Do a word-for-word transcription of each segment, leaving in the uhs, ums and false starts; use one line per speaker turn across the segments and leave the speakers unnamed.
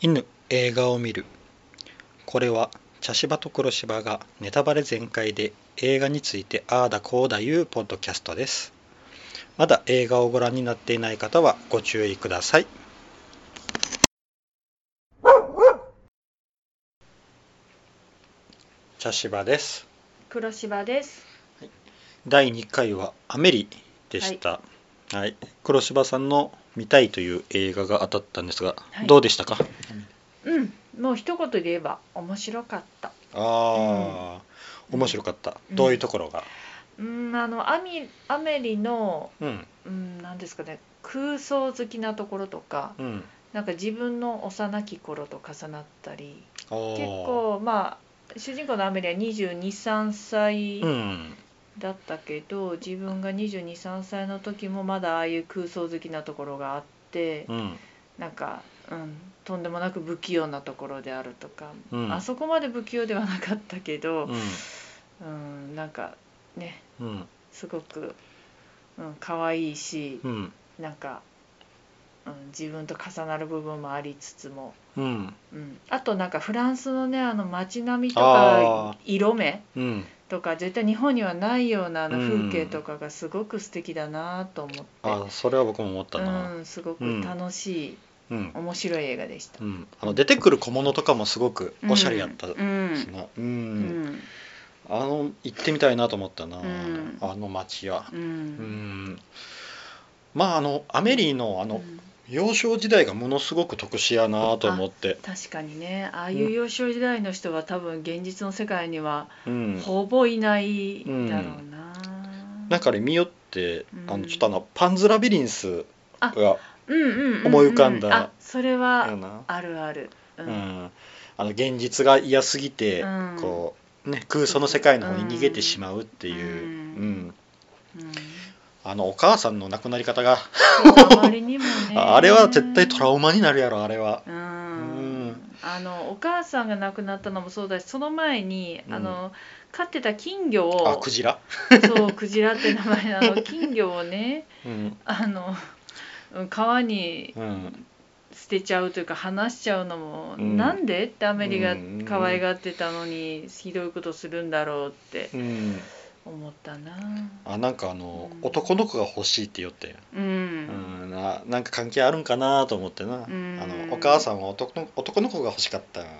犬映画を見る。これは茶芝と黒芝がネタバレ全開で映画についてああだこうだいうポッドキャストです。まだ映画をご覧になっていない方はご注意ください。茶芝です。
黒芝です。
だいにかいはアメリでした、はいはい、黒芝さんの見たいという映画が当たったんですが、はい、どうでしたか？
うん、もう一言で言えば面白かった。あ
あ、うん、面白かった、うん、どういうところが？
うん、あのアミアメリの、
うん
うん、なんですかね、空想好きなところとか、うん、なんか自分の幼き頃と重なったり、結構まあ主人公のアメリはにじゅうに、さんさいだったけど、うん、自分がにじゅうに、さんさいの時もまだああいう空想好きなところがあって、うん、なんか、うん、とんでもなく不器用なところであるとか、うん、あそこまで不器用ではなかったけど、うんうん、なんかね、うん、すごく、うん、可愛いし、うん、なんか、うん、自分と重なる部分もありつつも、うんうん、あとなんかフランスのね、あの街並みとか色目とか、絶対日本にはないようなあの風景とかがすごく素敵だなと思って、
あ、それは僕も思ったな、
うん、すごく楽しい、うん、面白い映画でした、
うん、あの出てくる小物とかもすごくおしゃれやったしな、うんうんうん、あの行ってみたいなと思ったな、うん、あの街は、うんうん、まああのアメリのあの、うん、幼少時代がものすごく特殊やなと思って。
確かにね、ああいう幼少時代の人は多分現実の世界にはほぼいないだろうな、うんうん、
なんかあれ見よって、うん、あのちょっとあのパンズラビリンスが思い浮かんだ、うんうんうんうん、
あ、それはあるある、うんうん、
あの現実が嫌すぎて、うん、こうね、空想の世界の方に逃げてしまうっていう、うんうんうん、あのお母さんの亡くなり方が
あまりにもね
あれは絶対トラウマになるやろ、あれは、うん
うん、あのお母さんが亡くなったのもそうだし、その前に、うん、あの飼ってた金魚を、
あ、クジラ
そうクジラって名前あの金魚をね、うん、あの川に捨てちゃうというか離しちゃうのも、うん、なんでってアメリが可愛がってたのにひどいことするんだろうって思ったな、
あ、なんかあの、うん、男の子が欲しいって言ってうん、うん、な, なんか関係あるんかなと思ってな、うん、あのお母さんは 男, の男の子が欲しかった、うん、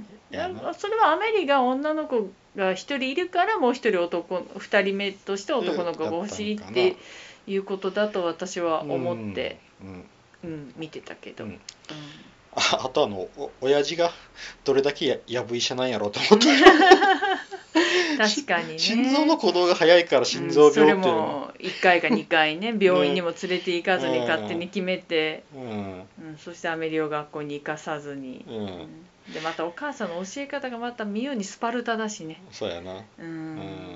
なんかそれはアメリが女の子がひとりいるからもうひとり男ふたりめとして男の子が欲しいっていうことだと私は思って、うんうんうん、見てたけど、うんうん、
あ, あとあのお親父がどれだけややぶ医者なんやろうと思って
確かにね、
心臓の鼓動が早いから心臓病っていうの、うん、
それもいっかいかにかいね病院にも連れて行かずに勝手に決めて、うんうん、そしてアメリオ学校に行かさずに、うんうん、でまたお母さんの教え方がまた妙にスパルタだしね、
そうやな、うん、うん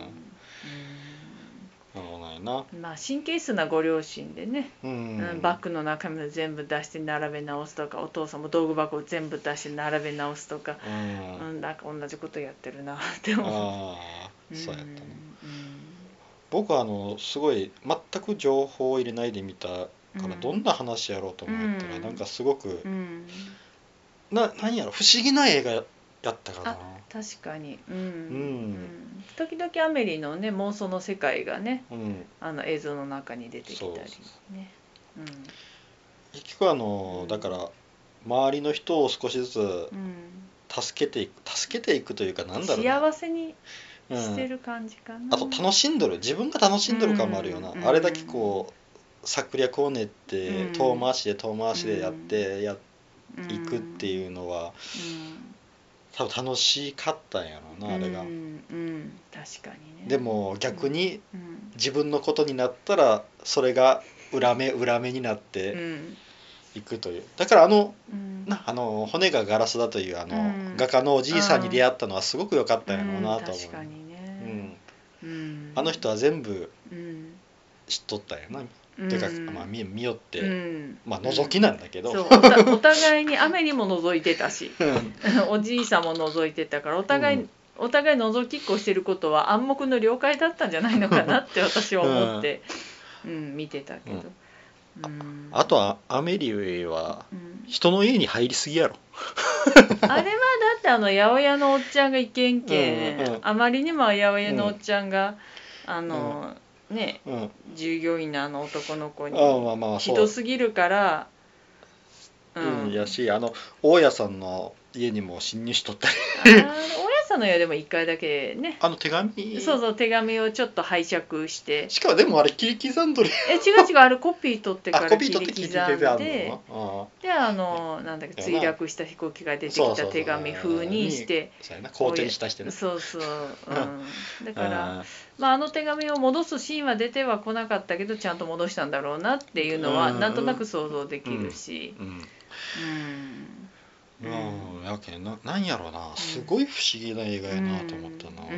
うん、なまあ神経質なご両親でね、うんうん、バッグの中身を全部出して並べ直すとか、お父さんも道具箱を全部出して並べ直すとか、うんうん、なんか同じことやってるなって思う。
ああ、そうやったね、うん、僕はあのすごい全く情報を入れないで見たからどんな話やろうと思ったら、うん、なんかすごく、うん、な何やろ不思議な映画やったかな。あ、
確かに、うんうん、時々アメリのね妄想の世界がね、うん、あの映像の中に出てきたりね、うん、
結局あの、うん、だから周りの人を少しずつ助けていく助けていくというか、なんだろうな、
幸せにしてる感じかな、うん、
あと楽しんどる自分が楽しんどる感もあるよな、うん、あれだけこう策略を練って、うん、遠回しで遠回しでやって、うん、やいくっていうのは、うん、多分楽しかったんやろうな、あれが、うん
うん、確かにね。
でも逆に自分のことになったらそれが裏目裏目になっていくという、だからあの、うん、なあの骨がガラスだというあの、うん、画家のおじいさんに出会ったのはすごく良かったんやろうなと思う、うん、
確かにね、
うんうん、あの人は全部知っとったんやな、うん、てか、まあ、見, 見よって、うん、まあ覗きなんだけど、
うん、そうお, お互いに雨にも覗いてたしおじいさんも覗いてたからお互い、うん、お互い覗きっこしてることは暗黙の了解だったんじゃないのかなって私は思って、うんうん、見てたけど、 うん、
あとはアメリは人の家に入りすぎやろ、
うん、あれはだってあの八百屋のおっちゃんがいけんけん、うんうん、あまりにも八百屋のおっちゃんが、うん、あの、ね、うん、従業員のあの男の子にひどすぎるから、
うん、やし、あの大家さんの家にも侵入しとったり
あ大家さんの家でもいっかいだけね、
あの手紙、
そうそう、手紙をちょっと拝借して、
しかもでもあれ切り刻んどる
え違う違う、あれコピー取ってから切り刻んで、であのなんだっけ、墜落した飛行機が出てきた手紙風にして
好転したしてね、
そうそう、うん、だからまああの手紙を戻すシーンは出てはこなかったけどちゃんと戻したんだろうなっていうのはなんとなく想像できるし、うんうん
うん、やけんな、なんやろうな、すごい不思議な映画やなと思ったな、
うん、うん、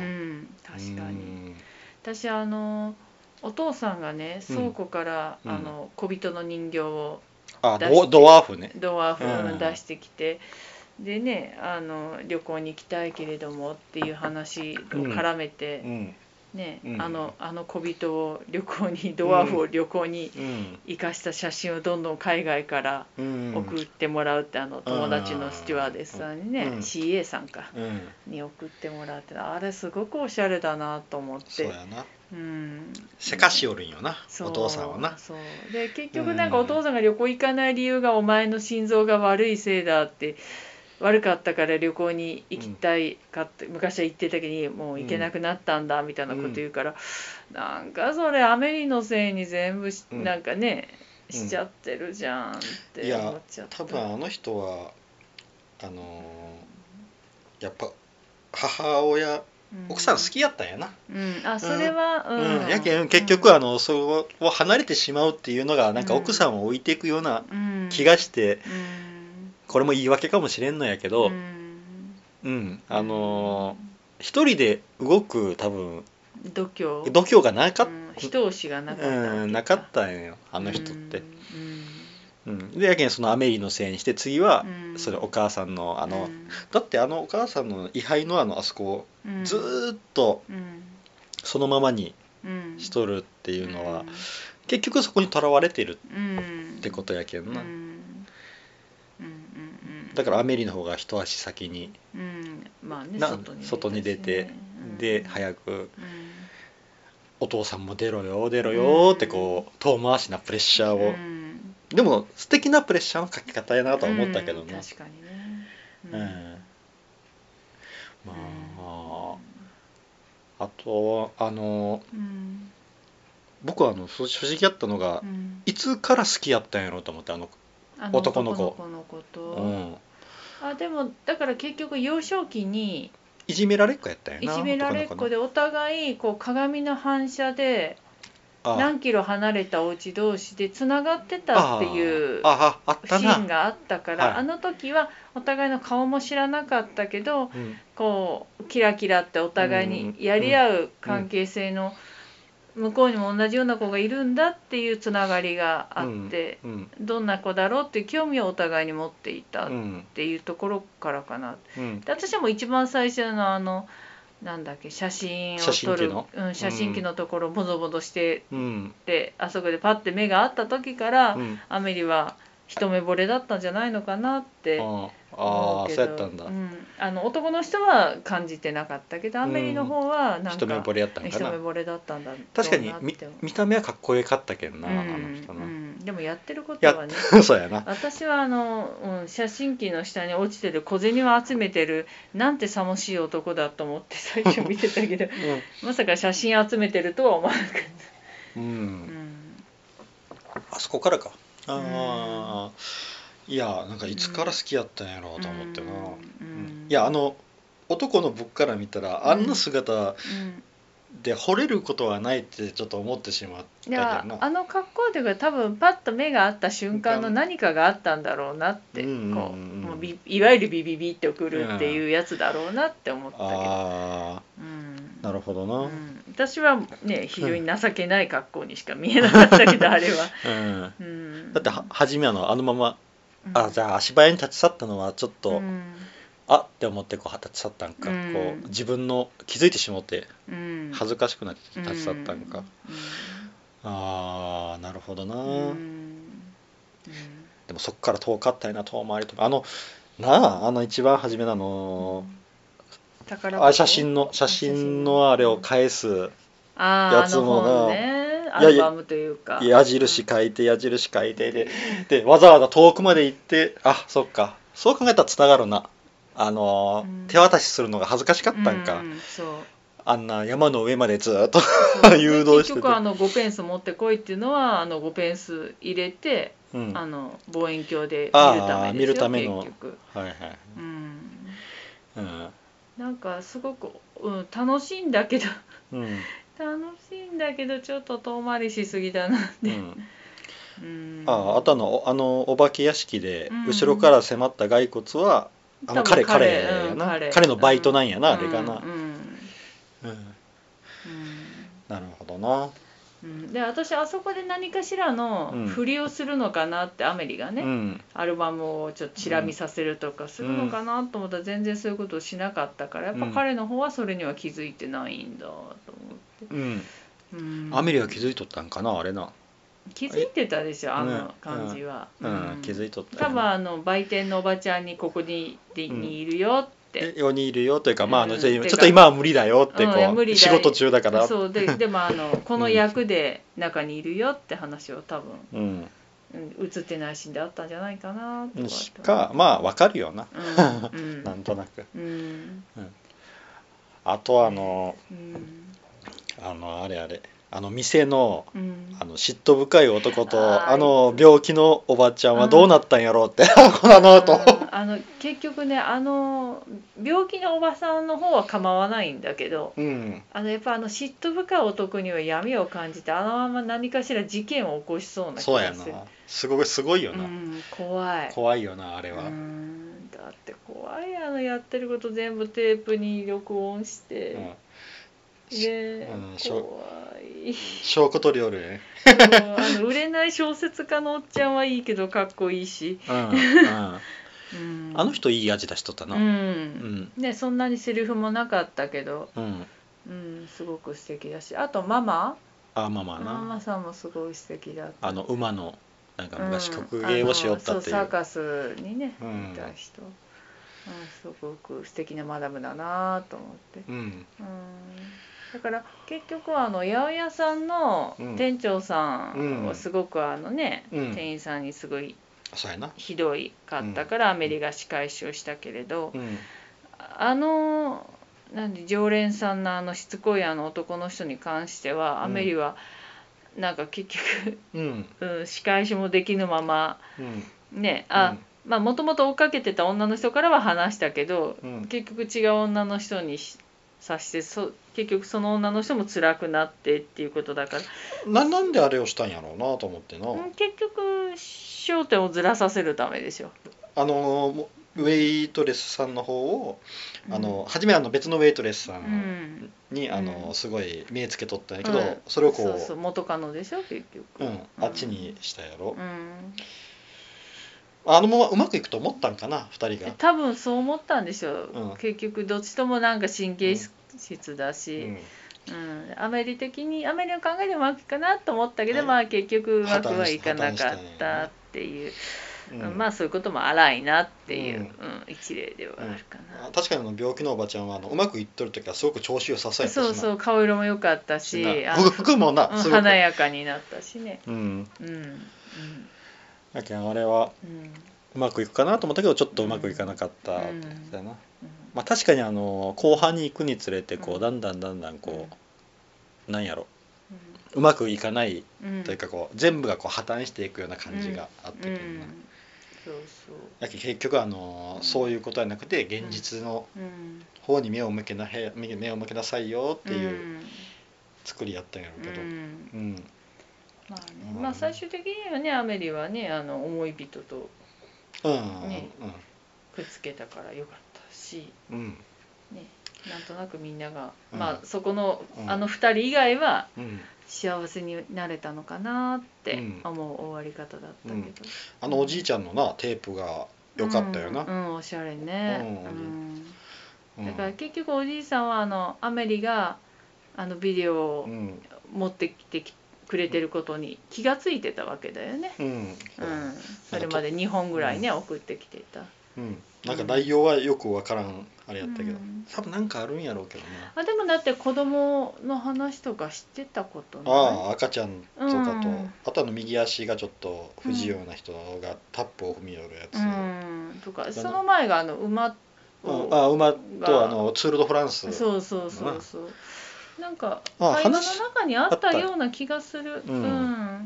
確かに、私あのお父さんがね倉庫から、うん、あの小人の人形を
出して、あ、ドワーフね、
ドワーフ出してきて、でね、あの旅行に行きたいけれどもっていう話を絡めて、うんうんね、うん、あのあの小人を旅行にドワーフを旅行に生かした写真をどんどん海外から送ってもらうって、あの友達のスチュワーデスさんにね、うん、シーエー さんか、うん、に送ってもらって、あれすごくおしゃれだなと思って。
そうやな、うん、せかしおるんよな、お父さんはな。
そうで結局なんかお父さんが旅行行かない理由がお前の心臓が悪いせいだって、悪かったから旅行に行きたいかって、うん、昔は行ってたけどもう行けなくなったんだみたいなこと言うから、うん、なんかそれアメリのせいに全部し、うん、なんかねしちゃってるじゃんって思っちゃった。
いや多分あの人はあのー、やっぱ母親奥さん好きやったんやな、
うん、あそれは、
うんうん、やけん結局あのそれを離れてしまうっていうのがなんか奥さんを置いていくような気がして、うんうん、これも言い訳かもしれんのやけど、うん、うん、あのー、一人で動く多分
度胸
度胸がなかった、うん、
一押しがなかった、
うん、なかったんよあの人って、うん、でやけんそのアメリのせいにして次はそれお母さんのあの、うん、だってあのお母さんの位牌のあのあそこをずーっとそのままにしとるっていうのは、うん、結局そこにとらわれてるってことやけんな、うんうんうん、だからアメリの方が一足先に、
うんまあね、
外に、外に出て、で早く、お父さんも出ろよ出ろよってこう遠回しなプレッシャーを、でも素敵なプレッシャーのかけ方やなとは思ったけどな、
確かにね、
うんまあ、あとあの、うん、僕はあの正直やったのが、うん、いつから好きやったんやろうと思って、あの男の子、
男の子と、うん、あでもだから結局幼少期に
いじめられっ子やったんやな、
いじめられっ子でお互いこう鏡の反射で何キロ離れたお家同士でつながってたっていうシーンがあったから、あの時はお互いの顔も知らなかったけど、こうキラキラってお互いにやり合う関係性の向こうにも同じような子がいるんだっていうつながりがあって、どんな子だろうっていう興味をお互いに持っていたっていうところからかな。で私はもう一番最初のあのなんだっけ写真を撮るうん、写真機のところボゾボゾしてで、うん、あそこでパッて目が合った時から、うん、アメリは一目惚れだったんじゃないのかなって思うけど、ああそうやったんだ、うん、あの男の人は感じてなかったけどアメリの方はなんか、うん、
一目惚れやったんかな、
一目惚れだったんだ
確かに 見, 見た目はかっこよかったけどな、うん、あの人の、
うん、でもやってることはね
そうやな、
私はあの、うん、写真機の下に落ちてる小銭を集めてるなんて寂しい男だと思って最初見てたけど、うん、まさか写真集めてるとは思わなかった、うんうん、
あそこからか、あ、うん、いやなんかいつから好きやったんやろうと思ってな、うんうん、いやあの男の僕から見たらあんな姿で惚れることはないってちょっと思ってしまったけどな。いや
あの格好というか多分パッと目が合った瞬間の何かがあったんだろうなって、こうもうビいわゆるビビビってくるっていうやつだろうなって思ったけど、あ、
うん、なるほどな、うん、
私はね非常に情けない格好にしか見えなかったけどあれは、
うんうん、だっては初めあのあのまま、うん、あじゃあ足早に立ち去ったのはちょっと、うん、あって思ってこう立ち去ったんか、うん、こう自分の気づいてしまって恥ずかしくなって立ち去ったんか、うんうん、ああなるほどな、うんでもそっから遠かったよな遠回りとかあのなああの一番初めのあの、うん、あ写真の写真のあれを返すやつもな、
ね、アルバムというか
矢印書いて矢印書いてででわざわざ遠くまで行ってあそっかそう考えたらつながるなあの、うん、手渡しするのが恥ずかしかったんか、うん、そうあんな山の上までずっと誘導してて
結局あのごペンス持ってこいっていうのはあのごペンス入れて、うん、あの望遠鏡で見るためですよ見るための結局はいはいうんうん、なんかすごく、うん、楽しいんだけど、うん、楽しいんだけどちょっと遠回りしすぎだなって、うん
うん、ああとのあのお化け屋敷で後ろから迫った骸骨は、うん、あの彼彼やな、うん、彼, 彼のバイトなんやな、うん、あれがな、うんうんうんうん、なるほどな、
うん、で私あそこで何かしらの振りをするのかなって、アメリがね、うん、アルバムをちょっとチラ見させるとかするのかなと思ったら全然そういうことをしなかったからやっぱ彼の方はそれには気づいてないんだと思って、うん
うん、アメリは気づいとったんかなあれな
気づいてたでしょあの感じは、
うんうんうん、気づいとった
多分あの売店のおばちゃんにここに、にいるよって
世にいるよというか、まあ、あのちょっと今は無理だよってこう、うん、仕事中だから
そうででもあのこの役で中にいるよって話を多分、うん、映ってないシーンであったんじゃないかなとか
しかまあ分かるよな、うん、なんとなく、うんうん、あとあの、うん、あのあれあれあの店の、うん、あの嫉妬深い男と あ, あの病気のおばちゃんはどうなったんやろうって、うん、この後
あの結局ねあの病気のおばさんの方は構わないんだけど、うん、あのやっぱあの嫉妬深い男には闇を感じてあのまま何かしら事件を起こしそうな気がする。
そうやなすごいすごいよな、
うん、怖い
怖いよなあれは、う
んだって怖いあのやってること全部テープに録音して、うんで、うん、怖い
証拠取りおるね
あの売れない小説家のおっちゃんはいいけどかっこいいし、うんうん
うん、あの人いい味出しとったな、うん
うんね、そんなにセリフもなかったけど、うんうん、すごく素敵だしあとママ
あママな
ママさんもすごい素敵だった。
あの馬のなんか昔曲芸をしよったっていう、うん、
そうサーカスにね、うん、いた人、うん、すごく素敵なマダムだなと思って、うんうんだから結局はあの八百屋さんの店長さんはすごくあのね、うん、店員さんにすごいひどいかったからアメリが仕返しをしたけれど、うん、あのなんで常連さんのあのしつこいあの男の人に関してはアメリはなんか結局、うんうん、仕返しもできぬまま、うん、ねあ、うん、まあもともと追っかけてた女の人からは話したけど、うん、結局違う女の人にさしてそ結局その女の人も辛くなってっていうことだから
ななんであれをしたんやろうなと思ってな、
結局焦点をずらさせるためでしょ。
あのウェイトレスさんの方を、うん、あの初めあの別のウェイトレスさんに、うん、あのすごい目つけとったんやけど、うん、それをこう
そうそう元カノでしょ結局、
うん、あっちにしたやろ、うん、あのままうまくいくと思ったんかなふたりが。
多分そう思ったんでしょう、うん、結局どっちともなんか神経質だし、うんうん、アメリ的にアメリの考えでうまくいくかなと思ったけど、はい、まあ結局うまくはいかなかったっていう、うん、まあそういうことも荒いなっていう、うんうん、一例ではあるかな、
うん、確かにあの病気のおばちゃんはあのうまくいっとる時はすごく調子良さそうやったしな。
そうそう顔色も良かったし
服もな
すごく華やかになったしね、うん
うんうん、だけどあれは、うんうまくいくかなと思ったけどちょっとうまくいかなかったってやつだな、うんまあ、確かにあの後半に行くにつれてこうだんだんだんだんこうなんやろうまくいかないというかこう全部がこう破綻していくような感じがあったけどな、うんうん、そうそうだけど結局あのそういうことじゃなくて現実の方に目を向けな目を向けなさいよっていう作りやったんやろうけど、うんうん
まあねまあ、最終的にはねアメリはねあの思い人とね、うんうん、くっつけたからよかったし、うんね、なんとなくみんなが、うん、まあそこの、うん、あのふたり以外は幸せになれたのかなって思う終わり方だったけど、うん、
あのおじいちゃんのなテープが良かったよな、
うん、うん、おしゃれね、うん、だから結局おじいさんはあのアメリがあのビデオを持ってきてくれてることに気がついてたわけだよね。うん、うん、それまでにほんぐらいね、うん、送ってきてた。
うん、なんか内容はよくわからんあれやったけど、うん、多分なんかあるんやろうけどな。
あでもだって子供の話とか知ってたことない？
ああ赤ちゃんとかと、うん、あとあの右足がちょっと不自由な人がタップを踏み寄るやつ、うん、
とかその前があの馬
を、ああ馬とあのツール・ド・フランス、
そうそうそうそうなんか会話の中にあったような気がする、うん、うん、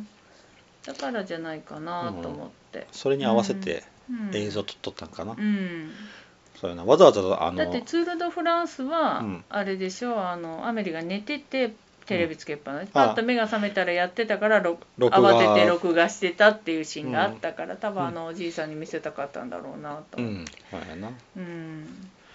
だからじゃないかなと思って、うん、
それに合わせて映像撮っとったんかな、うん、うん、そうやな、わざわざあの
だってツール・ド・フランスはあれでしょ、あのアメリが寝ててテレビつけっぱなし、うん、パッと目が覚めたらやってたから慌てて録画してたっていうシーンがあったから、うん、多分あのおじいさんに見せたかったんだろうなと思って、うん、そうやな、うん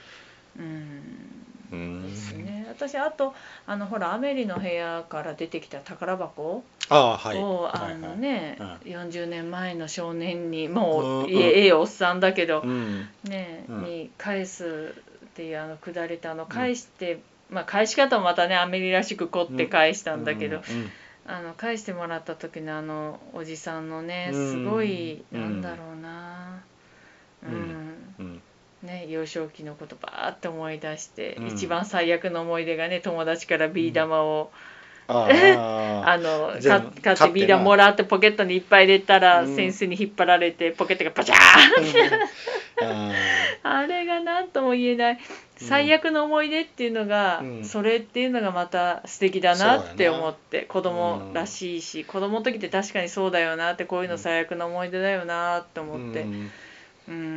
うんですね。私あとあのほらアメリの部屋から出てきた宝箱をあ、はい、あのね、はいはい、よんじゅうねんまえの少年にもう、うん、ええおっさんだけど、うん、ね、うん、に返すっていうあのくだれたの返して、うん、まあ返し方もまたねアメリらしく凝って返したんだけど、うんうんうん、あの返してもらった時のあのおじさんのねすごい、うん、なんだろうな、うん、うんうんね、幼少期のことばーって思い出して、うん、一番最悪の思い出がね友達からビー玉を、うん、あ, あの買ってビー玉もらってポケットにいっぱい入れたら、うん、先生に引っ張られてポケットがパチャーン、うん、あれが何とも言えない最悪の思い出っていうのが、うん、それっていうのがまた素敵だなって思って、子供らしいし、うん、子供の時って確かにそうだよなって、こういうの最悪の思い出だよなって思って、うんうんうん、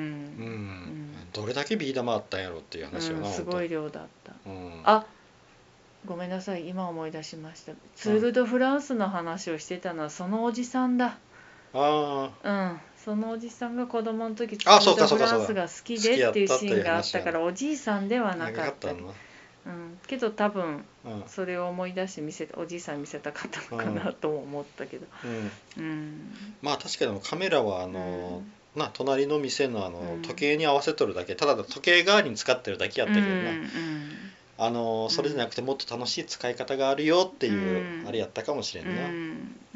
どれだけビー玉あったんやろっていう話よな、
うん、すごい量だった、うん、あごめんなさい今思い出しました、ツール・ド・フランスの話をしてたのはそのおじさんだ、あうんそのおじさんが子供の時ツール・ド・フランスが好きでっていうシーンがあったからおじいさんではなかった、うん、けど多分それを思い出して見せおじいさんに見せたかったのかなとも思ったけど、
うんうん、まあ確かにカメラはあの、うんな隣の店のあの、うん、時計に合わせとるだけただ時計代わりに使ってるだけやったけどな、うんうん、あのそれじゃなくてもっと楽しい使い方があるよっていう、うん、あれやったかもしれんな、うんうんうん、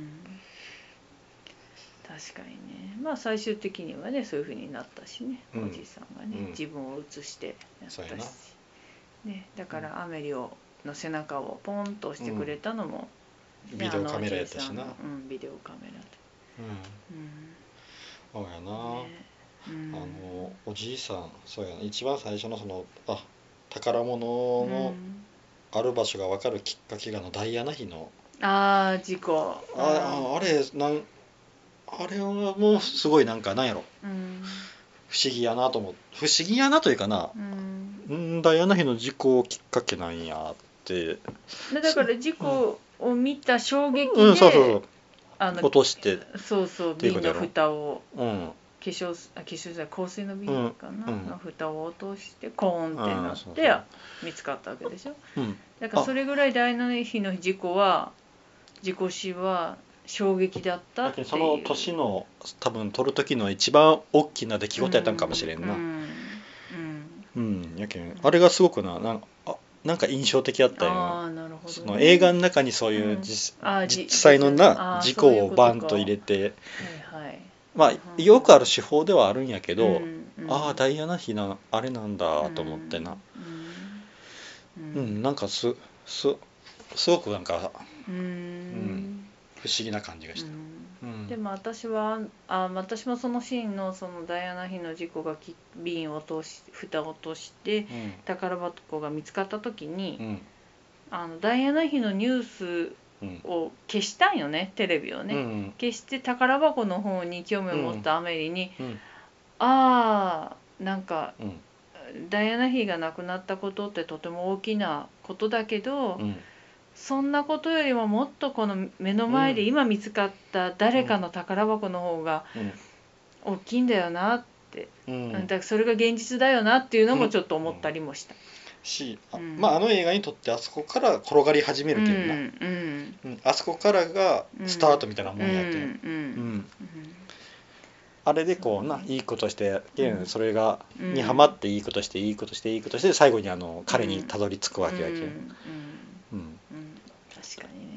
確かにねまあ最終的にはねそういう風になったしね、うん、おじいさんがね、うん、自分を映してやったし、ね、だからアメリオの背中をポンと押してくれたのも、
うんね、ビデオカメラやったしな、
うん、ビデオカメラで、
うんうんそうやな、ねうん、あのおじいさんそうやな一番最初のそのあ宝物のある場所が分かるきっかけがのダイアナ妃の
あ事故
ああれなんあれはもうすごいなんかなんやろ、うん、不思議やなと思う不思議やなというかな、うん、ダイアナ妃の事故きっかけなんやって
だから事故を見た衝撃で、うん、そうそうそう
あの落として
そうそう瓶の蓋を、うん、化粧あ化粧じゃ香水の瓶かな、うん、の蓋を落としてコーンってなってそうそう見つかったわけでしょ、うん、だからそれぐらいダイアナ妃の事故は事故死は衝撃だったっていう
その年の多分撮る時の一番大きな出来事やったんかもしれんなうん、うんうん、やけんあれがすごくななんあなんか印象的だったよあなるほど、ね、その映画の中にそういう 実,、うん、実際のな事故をバンと入れてはいはい、まあよくある手法ではあるんやけど、うんうん、ああダイアナ妃なあれなんだと思ってな、うんうんうん、なんかすすすごくなんか、うんうん、不思議な感じがした、うん
うん、でも私はあ私もそのシーンのそのダイアナ妃の事故が瓶を落とし蓋を落として、うん、宝箱が見つかった時に、うん、あのダイアナ妃のニュースを消したんよね、テレビをね、うん、消して宝箱の方に興味を持ったアメリに、うん、ああなんか、うん、ダイアナ妃が亡くなったことってとても大きなことだけど、うんそんなことよりももっとこの目の前で今見つかった誰かの宝箱の方が大きいんだよなって、うん、だからそれが現実だよなっていうのもちょっと思ったりもした、うん
し、うん、まああの映画にとってあそこから転がり始めるけどな、うんうんうん、あそこからがスタートみたいなもんやって、うんうんうんあれでこうな、いいことして、うん、それがにハマっていいことしていいことしていいことして最後にあの彼にたどり着くわけやけん、うんうん
うん、確かにね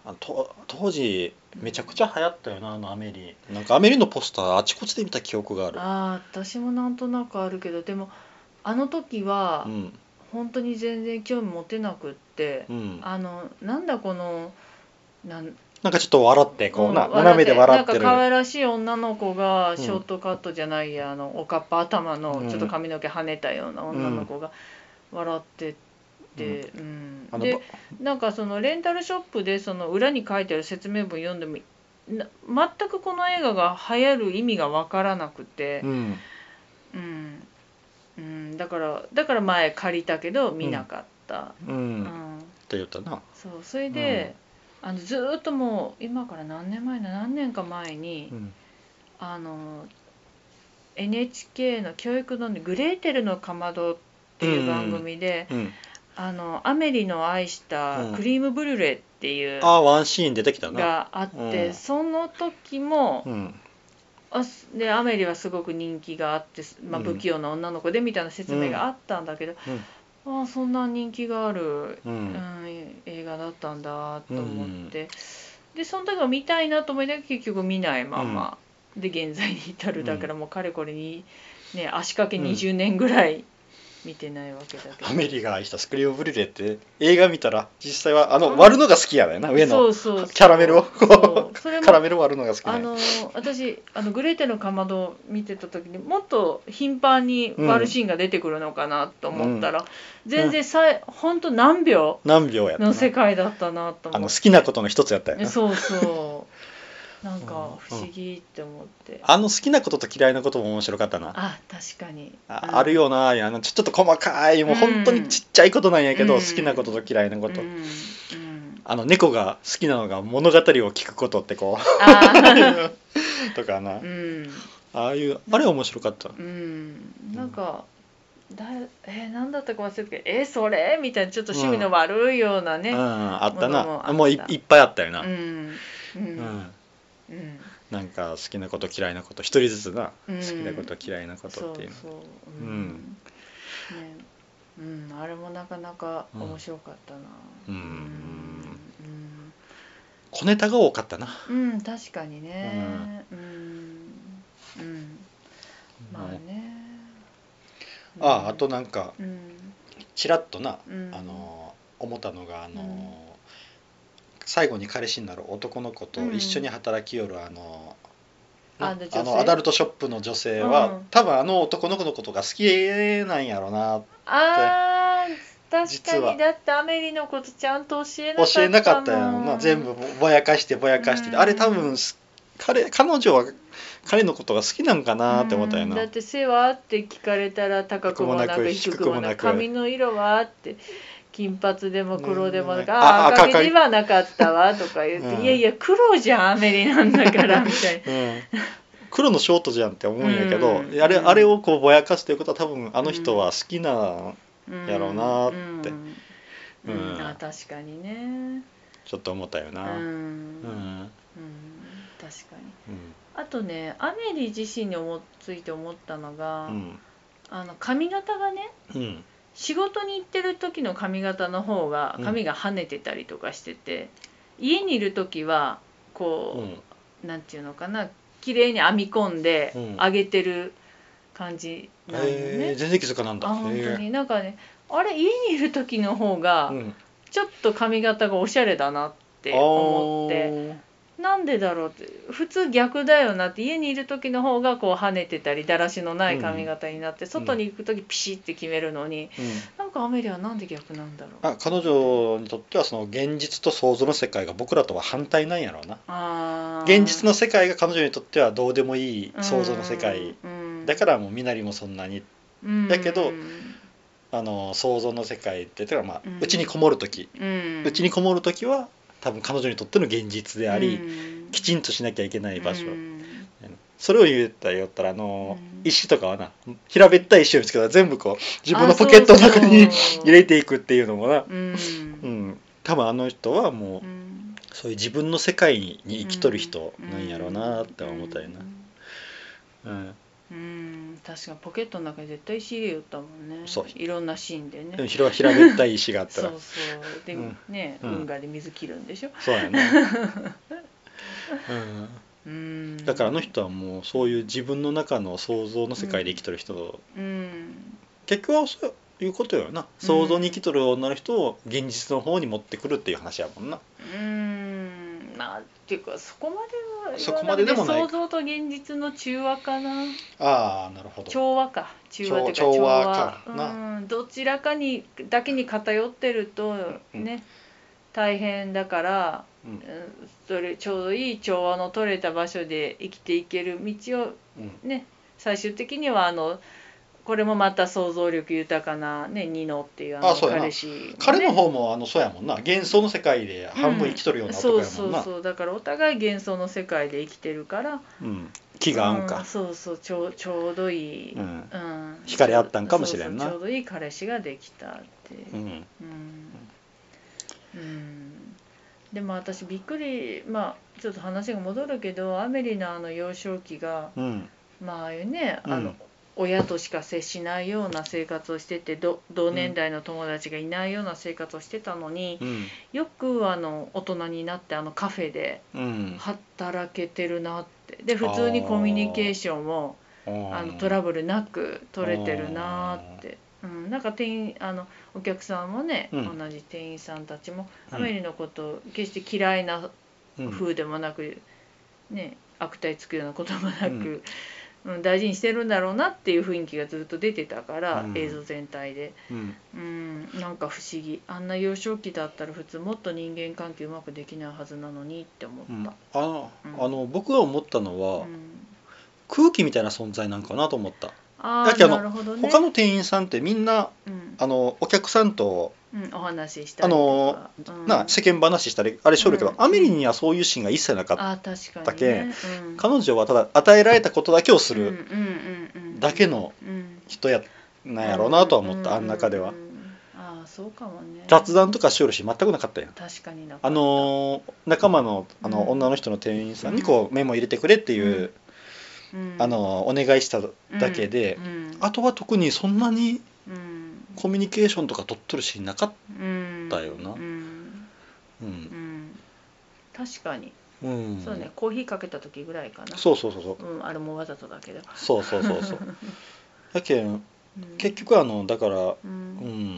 あと当時めちゃくちゃ流行ったよな、あのアメリなんかアメリのポスターあちこちで見た記憶がある。
ああ私もなんとなくあるけど、でもあの時は、うん、本当に全然興味持てなくって、うん、あのなんだこの
なんなんかちょっと笑ってこうな、うん、斜めで笑ってる
なんか可愛らしい女の子がショートカットじゃないや、うん、あのおかっぱ頭のちょっと髪の毛跳ねたような女の子が笑ってて、うんうん、でなんかそのレンタルショップでその裏に書いてある説明文読んでも全くこの映画が流行る意味が分からなくて、うんうんうん、だからだから前借りたけど見なかった。
うんうんうん、って言ったな。
そうそれで、うん、あのずっともう今から何年前な何年か前に、うん、あの エヌエイチケー の教育の、ね、グレーテルのかまどっていう番組で、うんうん、あのアメリの愛したクリームブリュレっていう、
うん、あワンシーン出てきたな
があって、うん、その時も、うん、あでアメリはすごく人気があって、まあ、不器用な女の子でみたいな説明があったんだけど、うん、あそんな人気がある、うんうん、映画だったんだと思って、うん、でその時は見たいなと思いながら結局見ないまま、うん、で現在に至る。だからもうかれこれに、ね、足掛けにじゅうねんぐらい見てないわけだけど、
アメリが愛したスクリームブリュレって映画見たら実際はあの割るのが好きやねんな、上のキャラメルをカラメル割るのが好きね。
あの私あのグレーテのかまどを見てた時にもっと頻繁に割るシーンが出てくるのかなと思ったら、うん、全然さい、うん、ほんと何秒
何秒やった
の世界だったなと思って、
あの好きなことの一つやったよね。
そうそうなんか不思議って思って、うん、
あの好きなことと嫌いなことも面白かったな。
あ確かに
あ,、うん、あるよなあのちょっと細かいもう本当にちっちゃいことなんやけど、うん、好きなことと嫌いなこと、うんうん、あの猫が好きなのが物語を聞くことってこうあとかな、うん、ああいうあれ面白かった。う
んなんかだえー、何だったか忘れたけどえー、それみたいなちょっと趣味の悪いようなね、
うんうん、あったなもあもう い, いっぱいあったよな、うん
うん
うんうん、なんか好きなこと嫌いなこと一人ずつな、うん、好きなこと嫌いなことっていうの
そうそううん、ねうん、あれもなかなか面白かったな、うんうんうん、
小ネタが多かったな。
うん確かにねうん、うんうん、まあね、
うん、あああとなんか、うん、ちらっとな、うん、あの思ったのがあの、うん、最後に彼氏になる男の子と一緒に働きよるあの、うん、あのアダルトショップの女性は、うん、多分あの男の子のことが好きなんやろなって。
あ確かにだってアメリのことちゃんと教えなかった
教えなかったやろな全部ぼやかしてぼやかして、うん、あれ多分彼彼女は彼のことが好きなんかなって思ったよな、
うん、だって背はって聞かれたら高くもなく低くもなく髪の色はって金髪でも黒でもなく、うん、ああ赤毛ではなかったわとか言って、うん、いやいや黒じゃんアメリなんだからみたいな、うん、
黒のショートじゃんって思うんやけど、うん、あれ、あれをこうぼやかすということは多分あの人は好きなやろうなって、うん
うんうん、あ確かにね
ちょっと思ったよな、うんうんうん、
確かに、うん、あとねアメリ自身に思ついて思ったのが、うん、あの髪型がね、うん、仕事に行ってる時の髪型の方が髪が跳ねてたりとかしてて、うん、家にいる時はこう、うん、なんていうのかな綺麗に編み込んで上げてる感じなんよね、
えー、全然気づかなんだ。
あ本当になんかねあれ家にいる時の方がちょっと髪型がおしゃれだなって思って、なんでだろうって普通逆だよなって家にいる時の方がこう跳ねてたりだらしのない髪型になって、うん、外に行く時ピシッて決めるのに、うん、なんかアメリはなんで逆なんだろう。
あ彼女にとってはその現実と想像の世界が僕らとは反対なんやろうな。あ現実の世界が彼女にとってはどうでもいい想像の世界、うん、だからもうみなりもそんなに、うん、だけどあの想像の世界っていうのはまあうち、ん、にこもる時うち、ん、にこもる時は多分彼女にとっての現実であり、うん、きちんとしなきゃいけない場所、うん、それを言ったら言ったらあの、うん、石とかはな平べったい石を見つけたら全部こう自分のポケットの中に入れていくっていうのもな、うんうん、多分あの人はもう、うん、そういう自分の世界に生きとる人なんやろうなって思ったよな、うんうん
うん、確かにポケットの中に絶対石入れよったもんね。そういろんなシーンでね。
平平べったい石があったら
そうそうで、うん、ね、
うん、
運河で水切るんでしょ。
そうやね、うんうん、だからあの人はもうそういう自分の中の想像の世界で生きとる人、うん、結局はそういうことよな、想像に生きとる女の人を現実の方に持ってくるっていう話やもんな。
うん、まあっていうかそこまではそこまででもない、想像と現実の中和かな。
ああ、なるほど。
調和か、中和っていうか調和か、うん、どちらかにだけに偏ってるとね、うん、大変だから、うん、それちょうどいい調和の取れた場所で生きていける道をね、うん、最終的にはあのこれもまた想像力豊かなね、ニノっていうあの彼氏、ね、
彼の方もあのそうやもんな、幻想の世界で半分生きとるような男やもんな、うん、
そうそうそう、だからお互い幻想の世界で生きてるから、
うん、気が合うんか、
うん、そうそう、ちょう、ちょうどいい、うんうん、
惹かれ合ったんかもしれんな。
そうそう、ちょうどいい彼氏ができたって、うんうんうん、でも私びっくり、まあちょっと話が戻るけど、アメリのあの幼少期が、うん、まあああいうね、あの、うん、親としか接しないような生活をしてて、同年代の友達がいないような生活をしてたのに、うん、よくあの大人になってあのカフェで働けてるなって、で普通にコミュニケーションもあのトラブルなく取れてるなって、うん、なんか店員あのお客さんもね、うん、同じ店員さんたちもアメリのことを決して嫌いな風でもなく、ね、悪態つくようなこともなく、うんうん、大事にしてるんだろうなっていう雰囲気がずっと出てたから、うん、映像全体で、うんうん、なんか不思議、あんな幼少期だったら普通もっと人間関係うまくできないはずなのにって思った、うん、
あの、うん、あの僕が思ったのは、うん、空気みたいな存在なんかなと思った。
ああ、なるほどね。
他の店員さんってみんな、うん、あのお客さんと、
うん、お話ししたりとか、
あの、うん、な世間話したりあれしょるけど、うん、アメリにはそういうシーンが一切なかったけん、ね、うん、彼女はただ与えられたことだけをするだけの人やなんやろうなとは思った、あん中では、うんうんうん、
ああそうかもね。
雑談とかしよるし全くなかったやん。
確かになかった。
あの仲間の、あの、うん、女の人の店員さんにこうメモ入れてくれっていう、うん、あのお願いしただけで、うんうん、あとは特にそんなにコミュニケーションとか取っとるシーンなかったよな、うんうん
うんうん、確かに、うん、そうね、コーヒーかけた時ぐらいかな。
そうそうそうそう、
うん、あれもわざとだけど、
そうそうそうそうだけん、うん、結局あのだから、うんうん、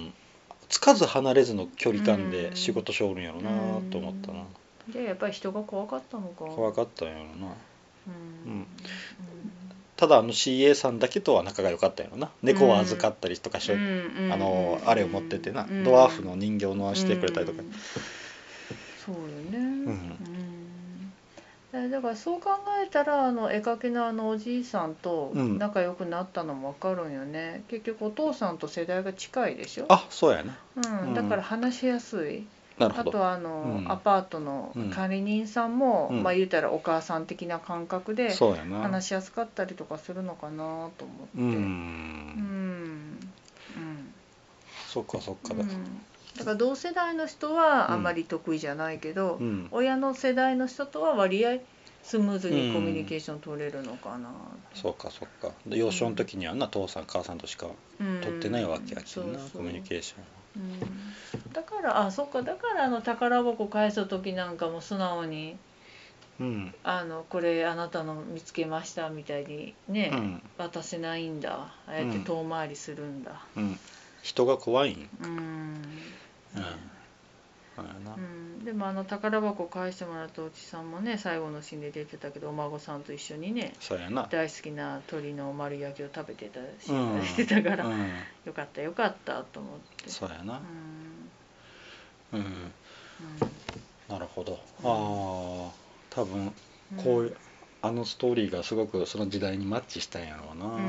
つかず離れずの距離感で仕事しおるんやろなと思ったな、
うん、でやっぱり人が怖かったのか。
怖かったんやろな、うんうん、ただあの シーエー さんだけとは仲が良かったんやろな。猫を預かったりとかしょ、うん、あのあれを持っててな、うん、ドワーフの人形のしてくれたりとか、うん、
そうよね、うんうん、だからそう考えたらあの絵描きのあのおじいさんと仲良くなったのも分かるんよね、うん、結局お父さんと世代が近いでしょ。
あ、そうやね、
うん、だから話しやすい。
なるほど。
あとあの、うん、アパートの管理人さんも、うん、まあ言うたらお母さん的な感覚で話しやすかったりとかするのかなと思って、うん、うん、
そっかそっかだ、うん、
だから同世代の人はあんまり得意じゃないけど、うん、親の世代の人とは割合スムーズにコミュニケーション取れるのかな、うん、
そうかそうか。幼少の時にはな、父さん母さんとしか取ってないわけやけどな、コミュニケーションは。うん、
だからあそっかだからあの宝箱返す時なんかも素直に、うん、あのこれあなたの見つけましたみたいにね、うん、渡せないんだ、ああやって遠回りするんだ、
うんうん、人が怖いん、うんうん
うん、でもあの宝箱返してもらったおじさんもね、最後のシーンで出てたけどお孫さんと一緒にね、
そうやな、
大好きな鶏の丸焼きを食べてたシーンが出てたから、うんうん、よかったよかったと思って。
そうやな、うん、うんうん、なるほど、うん、ああ多分こういう、うん、あのストーリーがすごくその時代にマッチしたんやろうな、うん、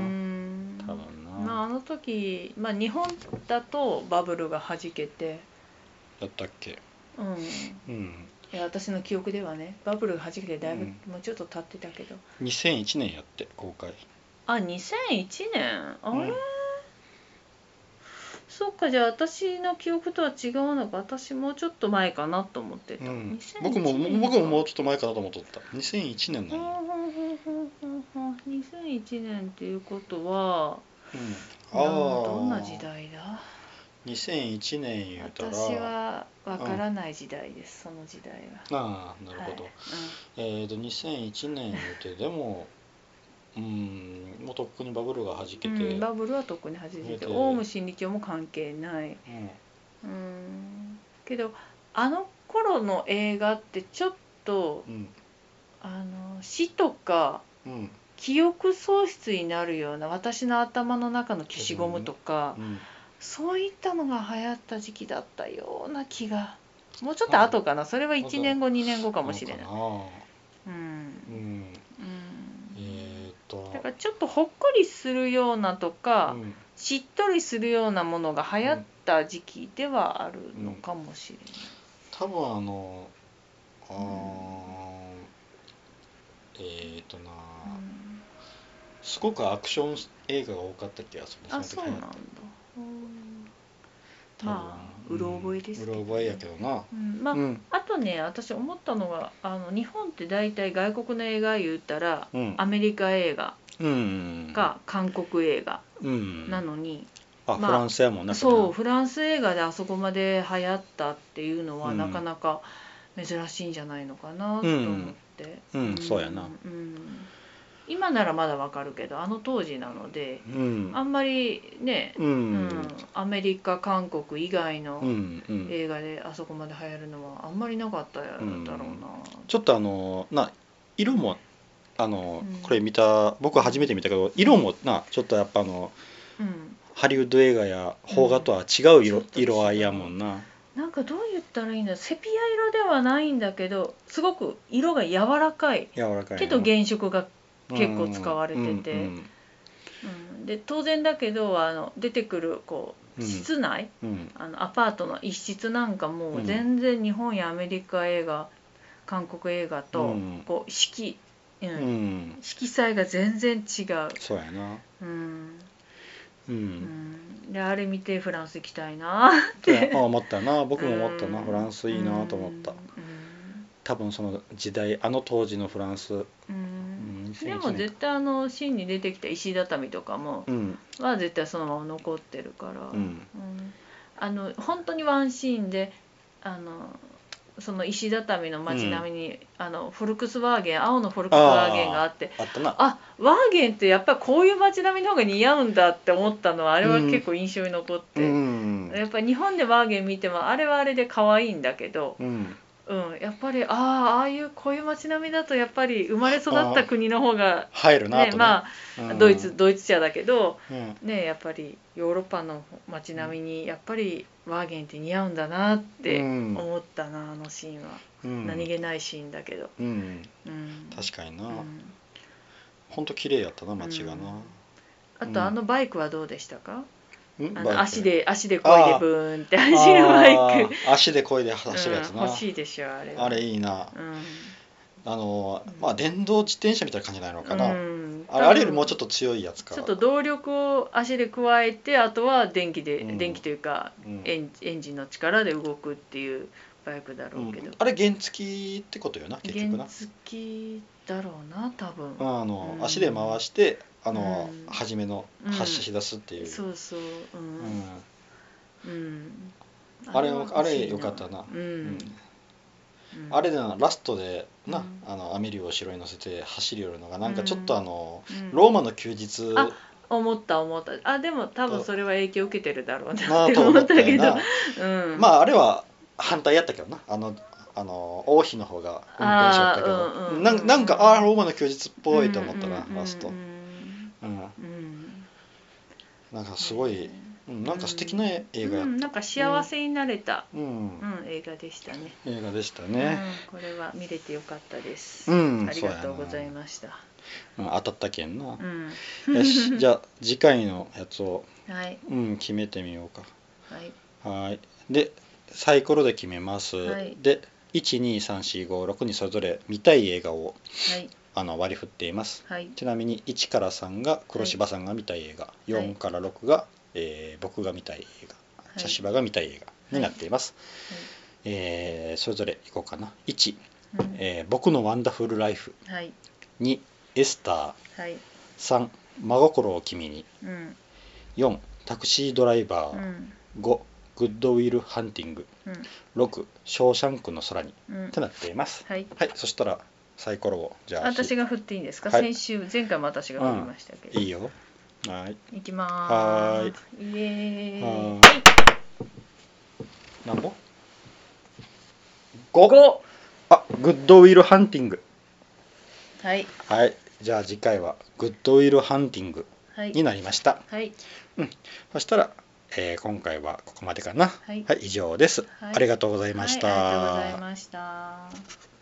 多分な、
まあ、あの時、まあ、日本だとバブルがはじけて
だったっけ、
うんうん、いや私の記憶ではね、バブルがはじけてだいぶ、うん、もうちょっと経ってたけど
にせんいちねんやって公開。
あ、にせんいちねん、あれ、うん、そっか、じゃあ私の記憶とは違うのか、私もうちょっと前かなと思ってた、うん、
僕も僕ももうちょっと前かなと思っとった。にせんいちねんなんや。
にせんんいちねんっていうことは、
うん、
な
あ
どんな時代だ。
にせんいちねん言うたら
私はわからない時代です、うん、その時代
は。ああなるほど、はいうん、えっ、ー、とにせんいちねん言うてでもうんもうとっくにバブルがはじけて、
うん、バブルはとっくにはじけてオウム真理教も関係ない、うん、うんけどあの頃の映画ってちょっと、うん、あの死とか、うん、記憶喪失になるような私の頭の中の消しゴムとか、うん、そういったのが流行った時期だったような気がもうちょっと後かな、それはいちねんごにねんごかもしれない。うんうんえー、っとだからちょっとほっこりするようなとか、うん、しっとりするようなものが流行った時期ではあるのかもしれない、
うん、多分あのあ、うん、えー、っとな、うん、すごくアクション映画が多かった気がする。
あ、そうなんだ。まあうろ覚えですけど、ね、
うろ覚えやけどな、
うんまあうん、あとね私思ったのがあの日本って大体外国の映画言ったら、うん、アメリカ映画か韓国映画なのに、
うん、あ、まあ、フランスやもんな。
そうフランス映画であそこまで流行ったっていうのは、うん、なかなか珍しいんじゃないのかなと思って、
うん、うんうん、そうやな、
うん今ならまだわかるけどあの当時なので、うん、あんまりね、うんうん、アメリカ韓国以外の映画であそこまで流行るのはあんまりなかっただろうな、うん、
ちょっとあのな色もあの、うん、これ見た僕は初めて見たけど色もなちょっとやっぱあの、うん、ハリウッド映画や邦画とは違う 色,、うん、色合いやもんな。
なんかどう言ったらいいんだセピア色ではないんだけどすごく色が柔らかい、
柔らかい
けど原色が結構使われてて、うんうんうん、で当然だけどあの出てくるこう室内、うん、あのアパートの一室なんかも全然日本やアメリカ映画韓国映画とこう色、うんうん、色彩が全然違う。
そうやな、うん
うん、であれ見てフランス行きたいなって
思ったな。僕も思ったな、フランスいいなと思った、うん、多分その時代あの当時のフランス、うん
うん、でも絶対あのシーンに出てきた石畳とかも、うん、は絶対そのまま残ってるから、うんうん、あの本当にワンシーンであのその石畳の街並みに、うん、あのフォルクスワーゲン青のフォルクスワーゲンがあって あ, あ, あワーゲンってやっぱりこういう街並みの方が似合うんだって思ったのはあれは結構印象に残って、うん、やっぱり日本でワーゲン見てもあれはあれで可愛いんだけど、うんうん、やっぱりああああいうこういう街並みだとやっぱり生まれ育った国の方が
入るなとね、
まあ、うん、ドイツドイツ茶だけど、うん、ねやっぱりヨーロッパの街並みにやっぱりワーゲンって似合うんだなって思ったな、うん、あのシーンは、うん、何気ないシーンだけど、うん
うん、確かにな、うん、ほんと綺麗やったな街がな、うん、
あとあのバイクはどうでしたか？あの足で足で漕いでブーンって走るバイク、
足で漕いで走るやつな、
うん、欲しいでしょあれは。
あれいいな、うん、あのまあ電動自転車みたいな感じなのかな、うん、あれあれよりもうちょっと強いやつか。
ちょっと動力を足で加えてあとは電気で、うん、電気というか、うん、エン、エンジンの力で動くっていうバイクだろうけど、うん、
あれ原付ってことよな結局な。
原付だろうな多分。
あの、うん、足で回してあの、うん、初めの発車し出すっていう、
うん、そうそううん、うん、
あれあれよかったな、うんうんあれでなラストでな、うん、あのアメリを後ろに乗せて走り寄るのがなんかちょっとあの、うん、ローマの休日、
あ思った思ったあでも多分それは影響を受けてるだろうなって思ったけど、
うん、まああれは反対やったけどなあのあの王妃の方が運転しちゃったけど、うんうん、な, なんかああローマの休日っぽいと思ったな、うん、ラスト、うんうん、なんかすごい、うん、なんか素敵な映画やった、うん、
なんか幸せになれた、うんうん、映画でしたね
映画でしたね、
うん、これは見れてよかったです、うん、ありがとうございました、
うん、当たったけんな、うん、よしじゃあ次回のやつを、
はい
うん、決めてみようか。
はい
はいでサイコロで決めます、はい、でいちにさんしごろくにそれぞれ見たい映画を、はい、あの割り振っています、はい、ちなみにいちからさんが黒柴さんが見たい映画、はい、よんからろくが、えー、僕が見たい映画、はい、茶柴が見たい映画になっています、はいはいえー、それぞれいこうかな。いち、うんえー、僕のワンダフルライフ、はい、にエスター、はいさん真心を君に、
うん、
よんタクシードライバー、うん、ごグッドウィルハンティング、うん、ろくショーシャンクの空に、うん、となっています。はい、はい、そしたらサイコロをじゃあ
私が振っていいんですか？はい、先週前回も私が振りましたけど、
うん、いいよ。はい、
いきまーす。イエーイ。はい、
何本？ ご。ご。あ、グッドウィルハンティング。はい、はい、じゃあ次回はグッドウィルハンティングになりました。はい、うん、そしたら、えー、今回はここまでかな。はい、はい、以上です、はい、ありがとうございました。
はい、ありがとうございました。